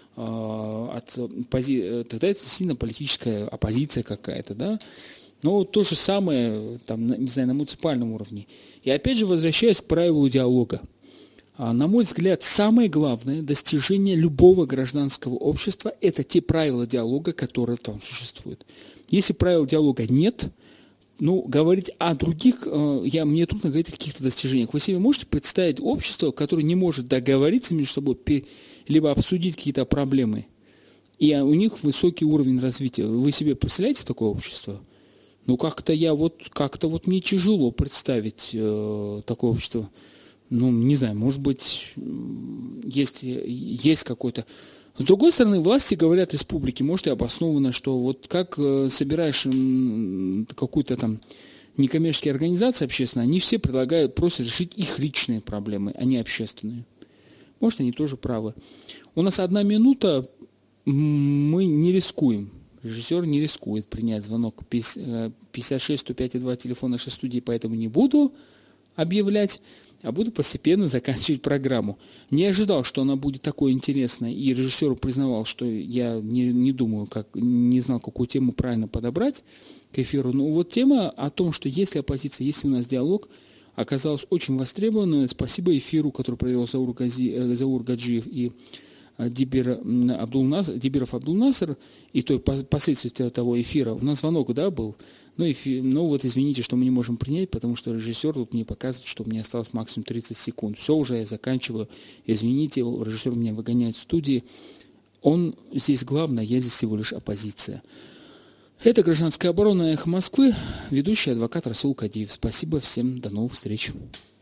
от пози... тогда это сильно политическая оппозиция какая-то, да. Но то же самое, там, не знаю, на муниципальном уровне. И опять же, возвращаясь к правилу диалога. На мой взгляд, самое главное достижение любого гражданского общества – это те правила диалога, которые там существуют. Если правил диалога нет, ну, говорить о других, я, мне трудно говорить о каких-то достижениях. Вы себе можете представить общество, которое не может договориться между собой, либо обсудить какие-то проблемы, и у них высокий уровень развития. Вы себе представляете такое общество? Ну, как-то я вот, как-то вот мне тяжело представить э, такое общество. Ну, не знаю, может быть, есть, есть какой-то... С другой стороны, власти говорят республики, может и обоснованно, что вот как э, собираешь э, какую-то там некоммерческие организации общественные, они все предлагают, просят решить их личные проблемы, а не общественные. Может, они тоже правы. У нас одна минута, мы не рискуем. Режиссер не рискует принять звонок. пятьдесят шесть сто пять два телефон нашей студии, поэтому не буду объявлять, а буду постепенно заканчивать программу. Не ожидал, что она будет такой интересной, и режиссер признавал, что я не, не думаю, как, не знал, какую тему правильно подобрать к эфиру. Но вот тема о том, что если оппозиция, если у нас диалог, оказалась очень востребованной. Спасибо эфиру, который провел Заур, Гази, Заур Гаджиев и Дибир Абдул-Наср, Дибиров Абдул-Наср, и то последствия того эфира. У нас звонок, да, был? Ну, эфир, ну вот извините, что мы не можем принять, потому что режиссер тут мне показывает, что мне осталось максимум тридцать секунд. Все, уже я заканчиваю. Извините, режиссер меня выгоняет в студии. Он здесь главное, я здесь всего лишь оппозиция. Это «Гражданская оборона», «Эхо Москвы», ведущий адвокат Расул Кадиев. Спасибо всем, до новых встреч.